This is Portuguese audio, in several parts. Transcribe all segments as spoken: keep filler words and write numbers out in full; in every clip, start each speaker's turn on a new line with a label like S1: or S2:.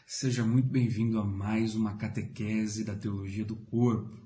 S1: Seja muito bem-vindo a mais uma catequese da Teologia do Corpo.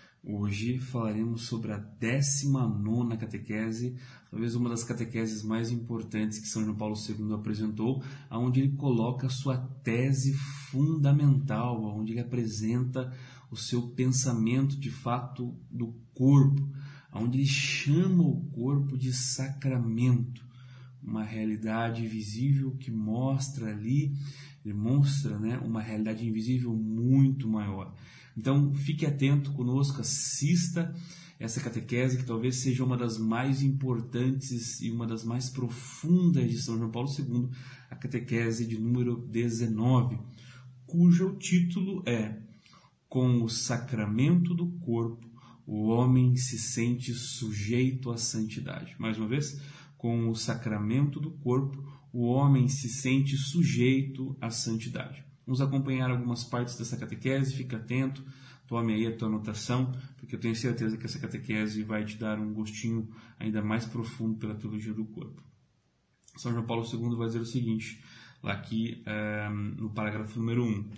S1: Hoje falaremos sobre a décima nona catequese, talvez uma das catequeses mais importantes que São João Paulo segundo apresentou, onde ele coloca a sua tese fundamental, onde ele apresenta o seu pensamento de fato do corpo, onde ele chama o corpo de sacramento, uma realidade visível que mostra ali, demonstra, né, uma realidade invisível muito maior. Então, fique atento conosco, assista essa catequese, que talvez seja uma das mais importantes e uma das mais profundas de São João Paulo segundo, a catequese de número dezenove, cujo título é Com o sacramento do corpo, o homem se sente sujeito à santidade. Mais uma vez, com o sacramento do corpo, o homem se sente sujeito à santidade. Vamos acompanhar algumas partes dessa catequese, fica atento, tome aí a tua anotação, porque eu tenho certeza que essa catequese vai te dar um gostinho ainda mais profundo pela teologia do corpo. São João Paulo segundo vai dizer o seguinte, lá aqui é, no parágrafo número um.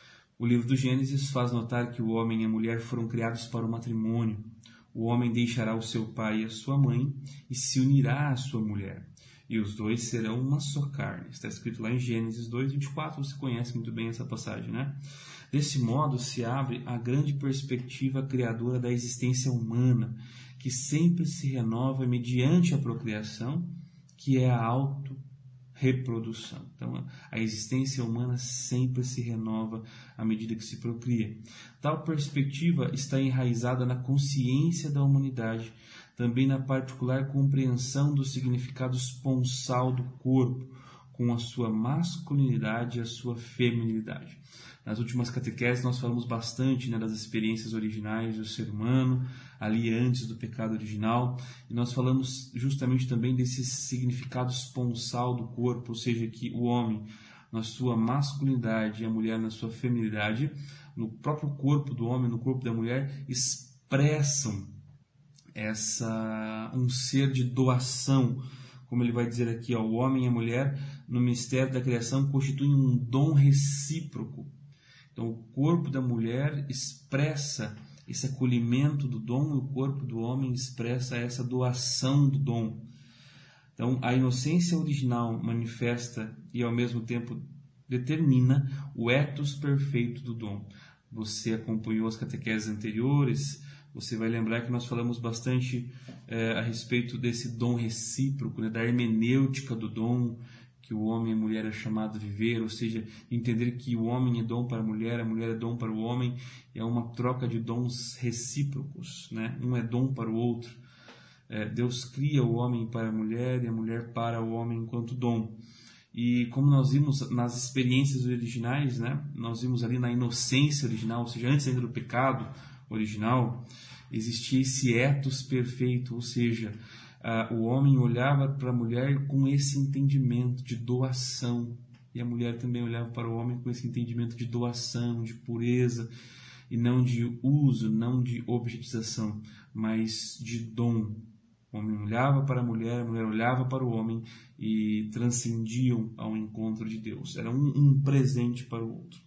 S1: O livro do Gênesis faz notar que o homem e a mulher foram criados para o matrimônio. O homem deixará o seu pai e a sua mãe e se unirá à sua mulher. E os dois serão uma só carne. Está escrito lá em Gênesis dois, vinte e quatro, você conhece muito bem essa passagem, né? Desse modo se abre a grande perspectiva criadora da existência humana, que sempre se renova mediante a procriação, que é a autorreprodução. Então, a existência humana sempre se renova à medida que se procria. Tal perspectiva está enraizada na consciência da humanidade, também na particular compreensão do significado esponsal do corpo, com a sua masculinidade e a sua feminilidade. Nas últimas catequeses nós falamos bastante, né, das experiências originais do ser humano, ali antes do pecado original, e nós falamos justamente também desse significado esponsal do corpo, ou seja, que o homem na sua masculinidade e a mulher na sua feminilidade, no próprio corpo do homem, no corpo da mulher, expressam essa, um ser de doação, como ele vai dizer aqui, ó, o homem e a mulher no mistério da criação constituem um dom recíproco. Então o corpo da mulher expressa esse acolhimento do dom e o corpo do homem expressa essa doação do dom. Então a inocência original manifesta e ao mesmo tempo determina o ethos perfeito do dom. Você acompanhou as catequeses anteriores, você vai lembrar que nós falamos bastante é, a respeito desse dom recíproco, né, da hermenêutica do dom, que o homem e a mulher é chamado a viver, ou seja, entender que o homem é dom para a mulher, a mulher é dom para o homem, é uma troca de dons recíprocos, né? Um é dom para o outro. É, Deus cria o homem para a mulher e a mulher para o homem enquanto dom. E como nós vimos nas experiências originais, né, nós vimos ali na inocência original, ou seja, antes ainda do pecado original, existia esse ethos perfeito, ou seja, uh, o homem olhava para a mulher com esse entendimento de doação, e a mulher também olhava para o homem com esse entendimento de doação, de pureza, e não de uso, não de objetização, mas de dom. O homem olhava para a mulher, a mulher olhava para o homem e transcendiam ao encontro de Deus. Era um, um presente para o outro.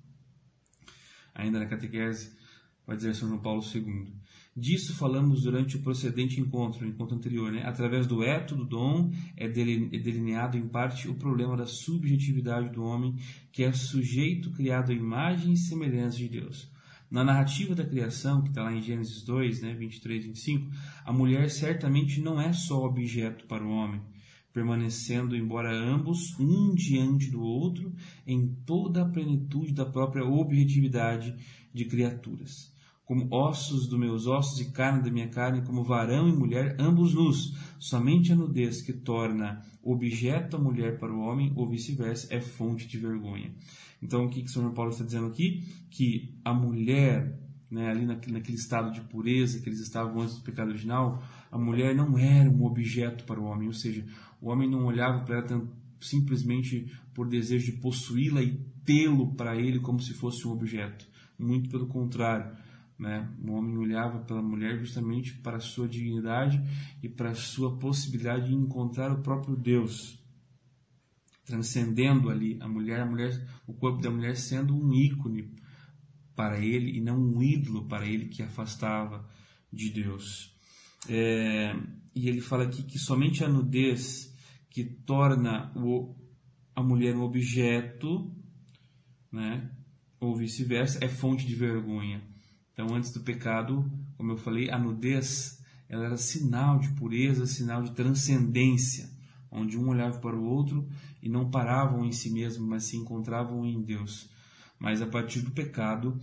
S1: Ainda na catequese, vai dizer São João Paulo segundo. Disso falamos durante o procedente encontro, o encontro anterior, né? Através do eto do dom é delineado em parte o problema da subjetividade do homem, que é sujeito criado à imagem e semelhança de Deus. Na narrativa da criação, que está lá em Gênesis dois, né, vinte e três, vinte e cinco, a mulher certamente não é só objeto para o homem, permanecendo, embora ambos, um diante do outro, em toda a plenitude da própria objetividade de criaturas. Como ossos dos meus ossos e carne da minha carne, como varão e mulher, ambos nus. Somente a nudez que torna objeto a mulher para o homem, ou vice-versa, é fonte de vergonha. Então, o que, que São João Paulo está dizendo aqui? Que a mulher, né, ali naquele, naquele estado de pureza que eles estavam antes do pecado original, a mulher não era um objeto para o homem, ou seja, o homem não olhava para ela simplesmente por desejo de possuí-la e tê-lo para ele como se fosse um objeto. Muito pelo contrário, né? O homem olhava pela mulher justamente para a sua dignidade e para a sua possibilidade de encontrar o próprio Deus. transcendendo ali a mulher, a mulher, o corpo da mulher sendo um ícone para ele e não um ídolo para ele que afastava de Deus. É, e ele fala aqui que somente a nudez que torna o, a mulher um objeto, né, ou vice-versa, é fonte de vergonha. Então, antes do pecado, como eu falei, a nudez ela era sinal de pureza, sinal de transcendência, onde um olhava para o outro e não paravam em si mesmo, mas se encontravam em Deus. Mas a partir do pecado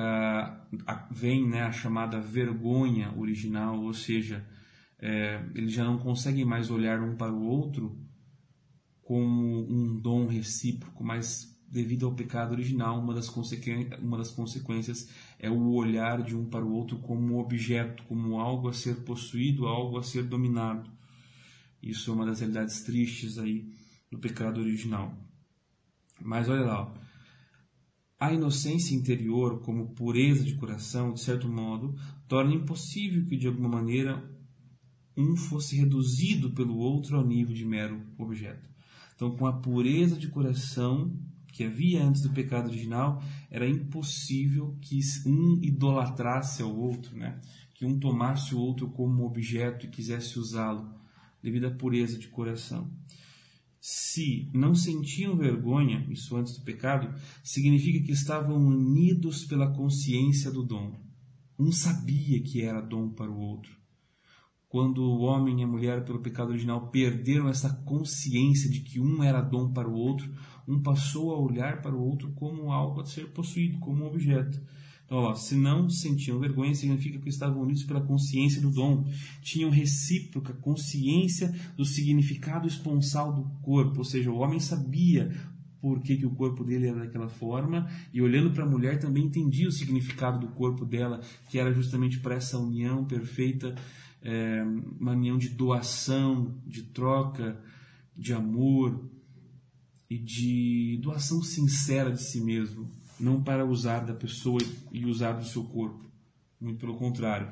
S1: ah, vem, né, a chamada vergonha original, ou seja, é, eles já não conseguem mais olhar um para o outro como um dom recíproco, mas devido ao pecado original, uma das, uma das consequências é o olhar de um para o outro como um objeto, como algo a ser possuído, algo a ser dominado. Isso é uma das realidades tristes aí do pecado original. Mas olha lá, ó. A inocência interior, como pureza de coração, de certo modo, torna impossível que de alguma maneira um fosse reduzido pelo outro ao nível de mero objeto. Então, com a pureza de coração que havia antes do pecado original, era impossível que um idolatrasse ao outro, né? Que um tomasse o outro como objeto e quisesse usá-lo, devido à pureza de coração. Se não sentiam vergonha, isso antes do pecado, significa que estavam unidos pela consciência do dom. Um sabia que era dom para o outro. Quando o homem e a mulher, pelo pecado original, perderam essa consciência de que um era dom para o outro, um passou a olhar para o outro como algo a ser possuído, como um objeto. Então, ó, se não sentiam vergonha, significa que estavam unidos pela consciência do dom. Tinham recíproca consciência do significado esponsal do corpo, ou seja, o homem sabia por que, que o corpo dele era daquela forma, e olhando para a mulher também entendia o significado do corpo dela, que era justamente para essa união perfeita, é, uma união de doação, de troca, de amor e de doação sincera de si mesmo, não para usar da pessoa e usar do seu corpo, muito pelo contrário.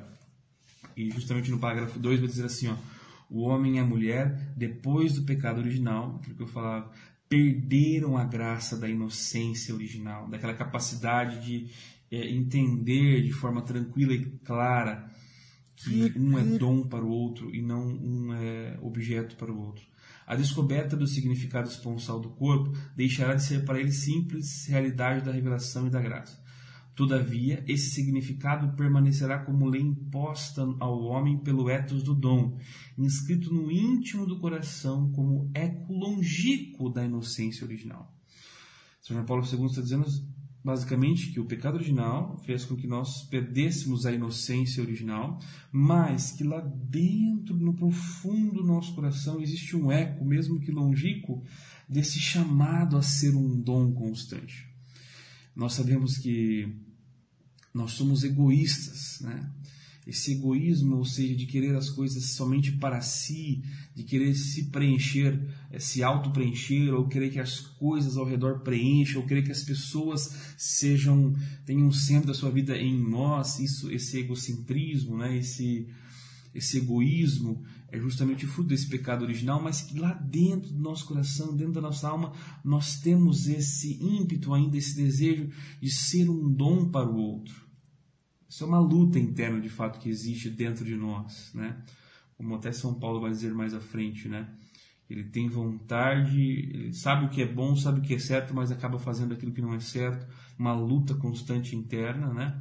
S1: E justamente no parágrafo dois vai dizer assim, ó, o homem e a mulher, depois do pecado original, aquilo que eu falava, perderam a graça da inocência original, daquela capacidade de é, entender de forma tranquila e clara que um é dom para o outro e não um é objeto para o outro. A descoberta do significado esponsal do corpo deixará de ser para ele simples realidade da revelação e da graça. Todavia, esse significado permanecerá como lei imposta ao homem pelo ethos do dom, inscrito no íntimo do coração como eco longínquo da inocência original. São João Paulo segundo está dizendo basicamente que o pecado original fez com que nós perdêssemos a inocência original, mas que lá dentro, no profundo do nosso coração, existe um eco, mesmo que longínquo, desse chamado a ser um dom constante. Nós sabemos que nós somos egoístas, né? Esse egoísmo, ou seja, de querer as coisas somente para si, de querer se preencher, se auto-preencher, ou querer que as coisas ao redor preencham, ou querer que as pessoas sejam, tenham o centro da sua vida em nós, isso, esse egocentrismo, né? esse, esse egoísmo é justamente o fruto desse pecado original, mas que lá dentro do nosso coração, dentro da nossa alma, nós temos esse ímpeto ainda, esse desejo de ser um dom para o outro. Isso é uma luta interna, de fato, que existe dentro de nós, né? Como até São Paulo vai dizer mais à frente, né? Ele tem vontade, ele sabe o que é bom, sabe o que é certo, mas acaba fazendo aquilo que não é certo. Uma luta constante interna, né?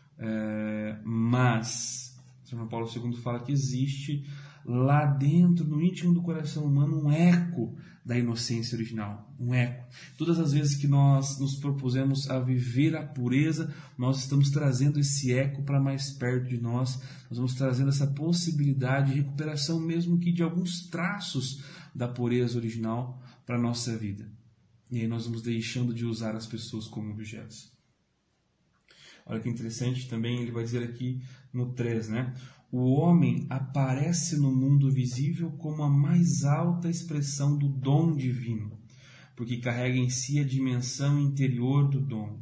S1: É, mas São João Paulo segundo fala que existe lá dentro, no íntimo do coração humano, um eco da inocência original, um eco. Todas as vezes que nós nos propusemos a viver a pureza, nós estamos trazendo esse eco para mais perto de nós, nós vamos trazendo essa possibilidade de recuperação, mesmo que de alguns traços da pureza original para a nossa vida. E aí nós vamos deixando de usar as pessoas como objetos. Olha que interessante também, ele vai dizer aqui no três, né? O homem aparece no mundo visível como a mais alta expressão do dom divino, porque carrega em si a dimensão interior do dom.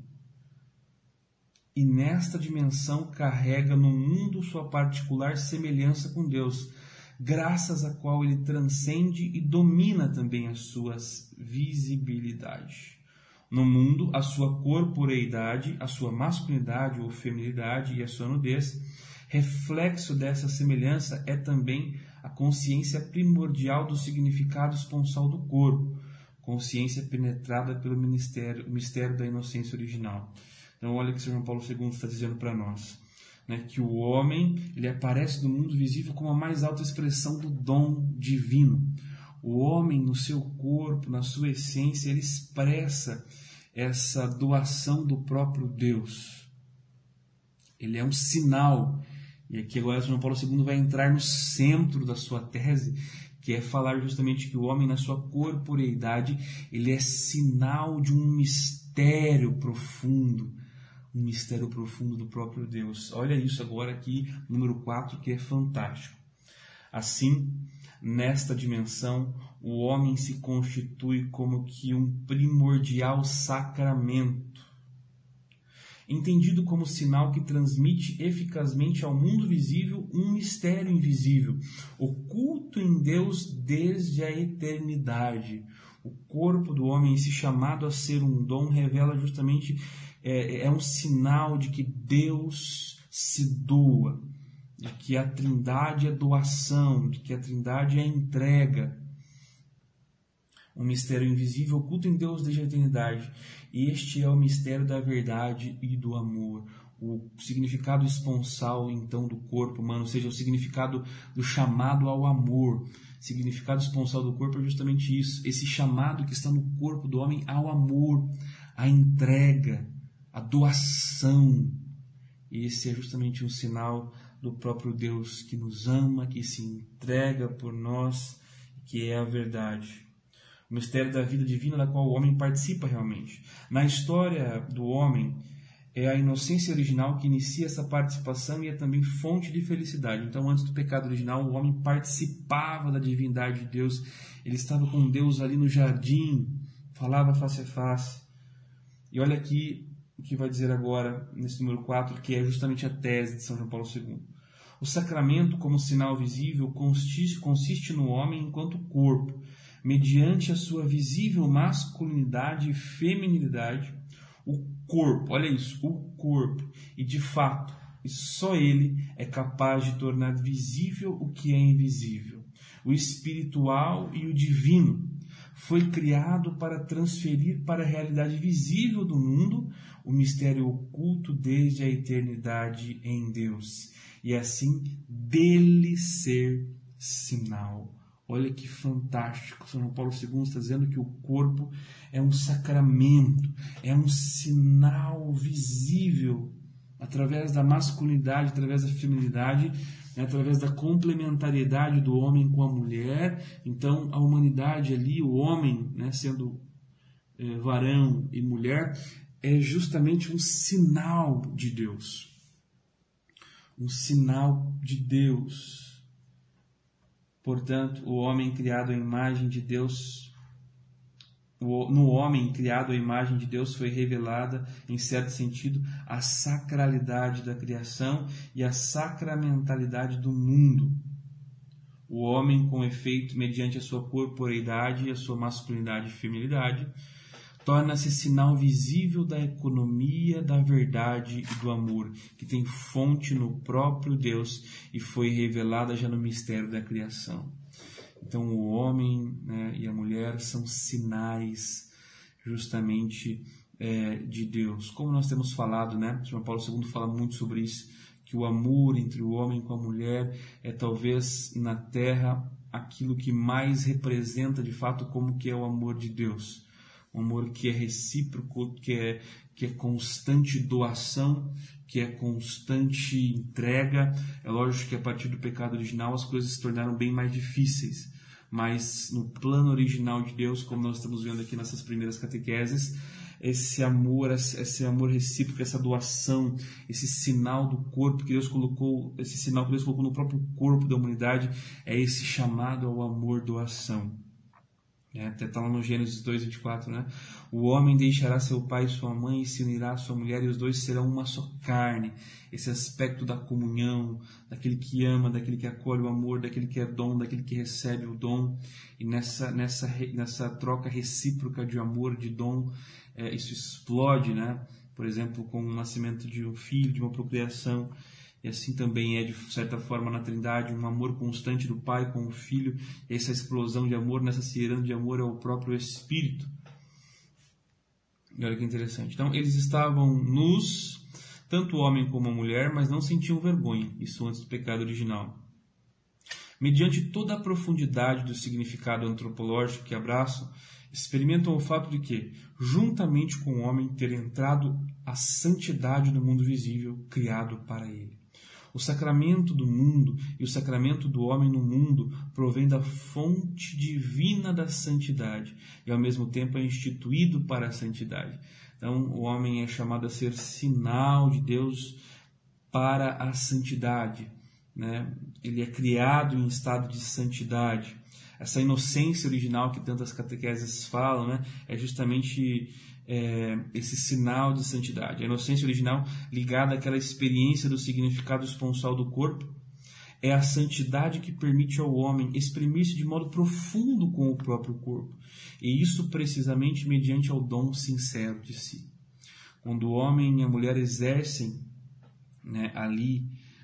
S1: E nesta dimensão carrega no mundo sua particular semelhança com Deus, graças à qual ele transcende e domina também as suas visibilidades. No mundo, a sua corporeidade, a sua masculinidade ou feminilidade e a sua nudez, reflexo dessa semelhança é também a consciência primordial do significado esponsal do corpo, consciência penetrada pelo mistério, o mistério da inocência original. Então, olha o que São João Paulo segundo está dizendo para nós, né, que o homem ele aparece no mundo visível como a mais alta expressão do dom divino. O homem, no seu corpo, na sua essência, ele expressa essa doação do próprio Deus. Ele é um sinal. E aqui agora São João Paulo segundo vai entrar no centro da sua tese, que é falar justamente que o homem, na sua corporeidade, ele é sinal de um mistério profundo, um mistério profundo do próprio Deus. Olha isso agora aqui, número quatro, que é fantástico. Assim, nesta dimensão, o homem se constitui como que um primordial sacramento, entendido como sinal que transmite eficazmente ao mundo visível um mistério invisível, oculto em Deus desde a eternidade. O corpo do homem, esse chamado a ser um dom, revela justamente, é, é um sinal de que Deus se doa, de que a Trindade é doação, de que a Trindade é entrega. Um mistério invisível oculto em Deus desde a eternidade. Este é o mistério da verdade e do amor. O significado esponsal, então, do corpo humano, ou seja, o significado do chamado ao amor. O significado esponsal do corpo é justamente isso, esse chamado que está no corpo do homem ao amor, à entrega, à doação. Esse é justamente um sinal do próprio Deus que nos ama, que se entrega por nós, que é a verdade. O mistério da vida divina da qual o homem participa realmente. Na história do homem, é a inocência original que inicia essa participação e é também fonte de felicidade. Então, antes do pecado original, o homem participava da divindade de Deus. Ele estava com Deus ali no jardim, falava face a face. E olha aqui o que vai dizer agora, nesse número quatro, que é justamente a tese de São João Paulo segundo. O sacramento, como sinal visível, consiste, consiste no homem enquanto corpo, mediante a sua visível masculinidade e feminilidade, o corpo, olha isso, o corpo, e de fato, e só ele é capaz de tornar visível o que é invisível. O espiritual e o divino foi criado para transferir para a realidade visível do mundo o mistério oculto desde a eternidade em Deus, e assim dele ser sinal. Olha que fantástico, São João Paulo segundo está dizendo que o corpo é um sacramento, é um sinal visível, através da masculinidade, através da feminilidade, né, através da complementariedade do homem com a mulher. Então, a humanidade ali, o homem, né, sendo é, varão e mulher, é justamente um sinal de Deus. Um sinal de Deus. Portanto, o homem criado à imagem de Deus, no homem criado à imagem de Deus foi revelada, em certo sentido, a sacralidade da criação e a sacramentalidade do mundo. O homem, com efeito, mediante a sua corporeidade e a sua masculinidade e feminilidade, torna-se sinal visível da economia, da verdade e do amor, que tem fonte no próprio Deus e foi revelada já no mistério da criação. Então, o homem, né, e a mulher são sinais justamente é, de Deus. Como nós temos falado, né? João Paulo segundo fala muito sobre isso, que o amor entre o homem com a mulher é talvez na terra aquilo que mais representa de fato como que é o amor de Deus. Um amor que é recíproco, que é, que é constante doação, que é constante entrega. É lógico que a partir do pecado original as coisas se tornaram bem mais difíceis. Mas no plano original de Deus, como nós estamos vendo aqui nessas primeiras catequeses, esse amor, esse amor recíproco, essa doação, esse sinal do corpo que Deus colocou, esse sinal que Deus colocou no próprio corpo da humanidade, é esse chamado ao amor-doação. É, até está lá no Gênesis dois, vinte e quatro, né? O homem deixará seu pai e sua mãe e se unirá à sua mulher e os dois serão uma só carne. Esse aspecto da comunhão, daquele que ama, daquele que acolhe o amor, daquele que é dom, daquele que recebe o dom. E nessa, nessa, nessa troca recíproca de amor, de dom, é, isso explode, né? Por exemplo, com o nascimento de um filho, de uma procriação. E assim também é, de certa forma, na Trindade, um amor constante do Pai com o Filho. E essa explosão de amor, nessa ciranda de amor, é o próprio Espírito. E olha que interessante. Então, eles estavam nus, tanto o homem como a mulher, mas não sentiam vergonha. Isso antes do pecado original. Mediante toda a profundidade do significado antropológico que abraçam, experimentam o fato de que, juntamente com o homem, ter entrado a santidade do mundo visível, criado para ele. O sacramento do mundo e o sacramento do homem no mundo provém da fonte divina da santidade e, ao mesmo tempo, é instituído para a santidade. Então, o homem é chamado a ser sinal de Deus para a santidade, né? Ele é criado em estado de santidade. Essa inocência original que tantas catequeses falam, né, é justamente é, esse sinal de santidade. A inocência original, ligada àquela experiência do significado esponsal do corpo, é a santidade que permite ao homem exprimir-se de modo profundo com o próprio corpo. E isso precisamente mediante ao dom sincero de si. Quando o homem e a mulher exercem, né, ali,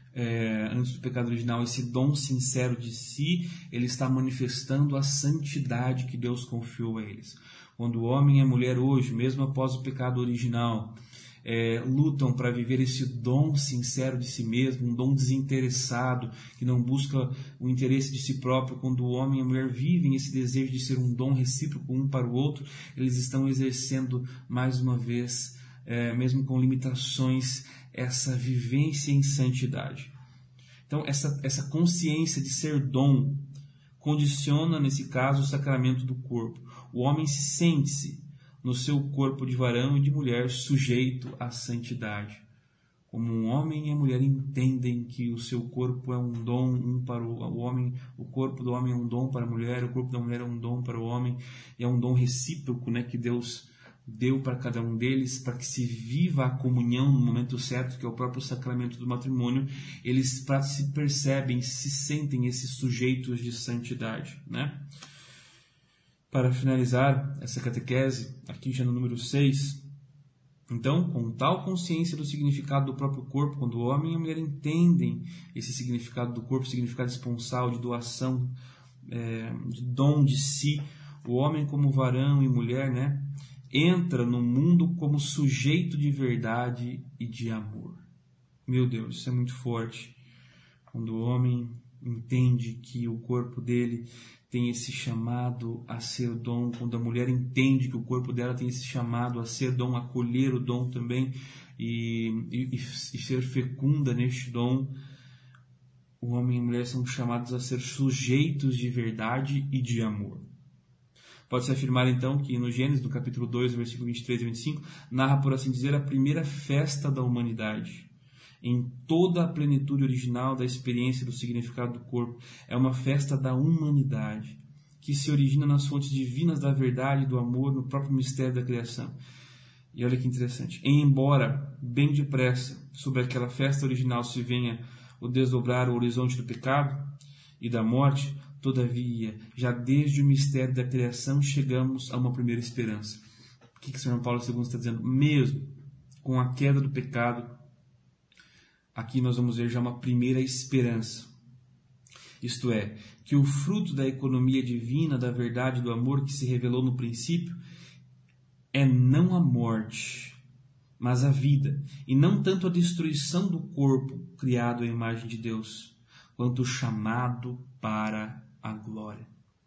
S1: É, antes do pecado original, esse dom sincero de si, ele está manifestando a santidade que Deus confiou a eles. Quando o homem e a mulher hoje, mesmo após o pecado original, é, lutam para viver esse dom sincero de si mesmo, um dom desinteressado, que não busca o interesse de si próprio, quando o homem e a mulher vivem esse desejo de ser um dom recíproco um para o outro, eles estão exercendo mais uma vez, é, mesmo com limitações, essa vivência em santidade. Então, essa, essa consciência de ser dom condiciona, nesse caso, o sacramento do corpo. O homem se sente-se no seu corpo de varão e de mulher sujeito à santidade. Como um homem e a mulher entendem que o seu corpo é um dom um para o, o homem, o corpo do homem é um dom para a mulher, o corpo da mulher é um dom para o homem, e é um dom recíproco, né, que Deus deu para cada um deles, para que se viva a comunhão no momento certo, que é o próprio sacramento do matrimônio. Eles se percebem, se sentem esses sujeitos de santidade, né? Para finalizar essa catequese, aqui já no número seis, então, com tal consciência do significado do próprio corpo, quando o homem e a mulher entendem esse significado do corpo, significado esponsal, de doação, é, de dom de si, o homem como varão e mulher, né, entra no mundo como sujeito de verdade e de amor. Meu Deus, isso é muito forte. Quando o homem entende que o corpo dele tem esse chamado a ser dom, quando a mulher entende que o corpo dela tem esse chamado a ser dom, acolher o dom também e, e, e ser fecunda neste dom, o homem e a mulher são chamados a ser sujeitos de verdade e de amor. Pode-se afirmar, então, que no Gênesis, no capítulo dois, versículo vinte e três e vinte e cinco, narra, por assim dizer, a primeira festa da humanidade. Em toda a plenitude original da experiência do significado do corpo. É uma festa da humanidade, que se origina nas fontes divinas da verdade e do amor, no próprio mistério da criação. E olha que interessante. E embora, bem depressa, sobre aquela festa original se venha o desdobrar o horizonte do pecado e da morte, todavia, já desde o mistério da criação chegamos a uma primeira esperança. O que que São João Paulo segundo está dizendo? Mesmo com a queda do pecado, aqui nós vamos ver já uma primeira esperança. Isto é, que o fruto da economia divina, da verdade e do amor que se revelou no princípio, é não a morte, mas a vida, e não tanto a destruição do corpo criado à imagem de Deus, quanto o chamado para a glória.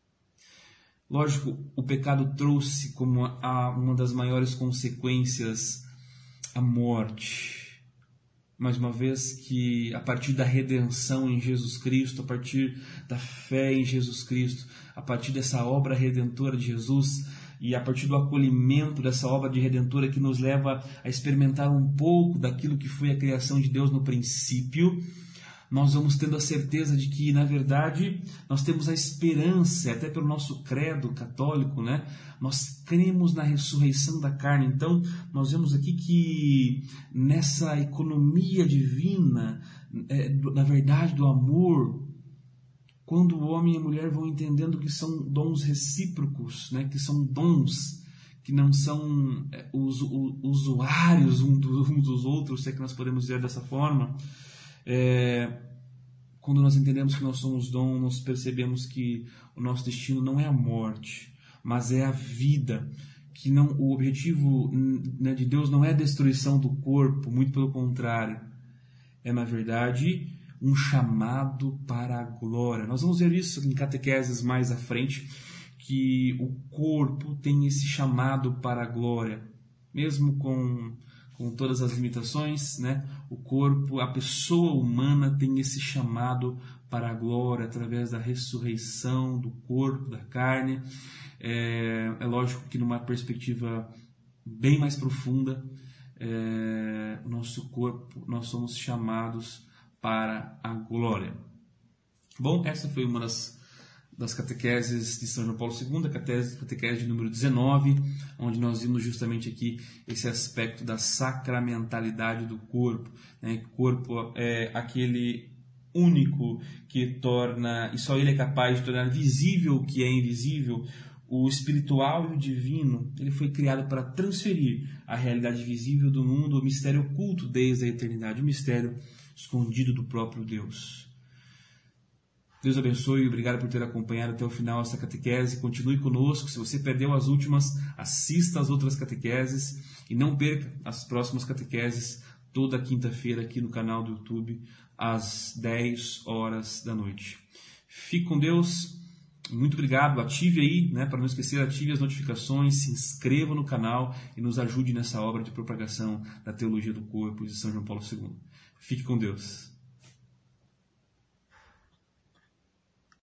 S1: Lógico, o pecado trouxe como a, uma das maiores consequências a morte. Mais uma vez que a partir da redenção em Jesus Cristo, a partir da fé em Jesus Cristo, a partir dessa obra redentora de Jesus e a partir do acolhimento dessa obra de redentora que nos leva a experimentar um pouco daquilo que foi a criação de Deus no princípio, nós vamos tendo a certeza de que, na verdade, nós temos a esperança, até pelo nosso credo católico, né? Nós cremos na ressurreição da carne. Então, nós vemos aqui que nessa economia divina, é, na verdade do amor, quando o homem e a mulher vão entendendo que são dons recíprocos, né? Que são dons que não são é, us, usuários um dos, um dos outros, se é que nós podemos dizer dessa forma, É, quando nós entendemos que nós somos dom, nós percebemos que o nosso destino não é a morte, mas é a vida, que não, o objetivo, né, de Deus não é a destruição do corpo, muito pelo contrário, é na verdade um chamado para a glória. Nós vamos ver isso em catequeses mais à frente, que o corpo tem esse chamado para a glória, mesmo com com todas as limitações, né? O corpo, a pessoa humana tem esse chamado para a glória através da ressurreição do corpo, da carne. É, é lógico que numa perspectiva bem mais profunda, é, o nosso corpo, nós somos chamados para a glória. Bom, essa foi uma das das catequeses de São João Paulo segundo, a catequese, catequese de número dezenove, onde nós vimos justamente aqui esse aspecto da sacramentalidade do corpo. Né? O corpo é aquele único que torna, e só ele é capaz de tornar visível o que é invisível. O espiritual e o divino, ele foi criado para transferir a realidade visível do mundo, o mistério oculto desde a eternidade, o mistério escondido do próprio Deus. Deus abençoe e obrigado por ter acompanhado até o final essa catequese. Continue conosco. Se você perdeu as últimas, assista às outras catequeses e não perca as próximas catequeses toda quinta-feira aqui no canal do YouTube às dez horas da noite. Fique com Deus. Muito obrigado. Ative aí, né, para não esquecer, ative as notificações, se inscreva no canal e nos ajude nessa obra de propagação da teologia do corpo de São João Paulo segundo. Fique com Deus.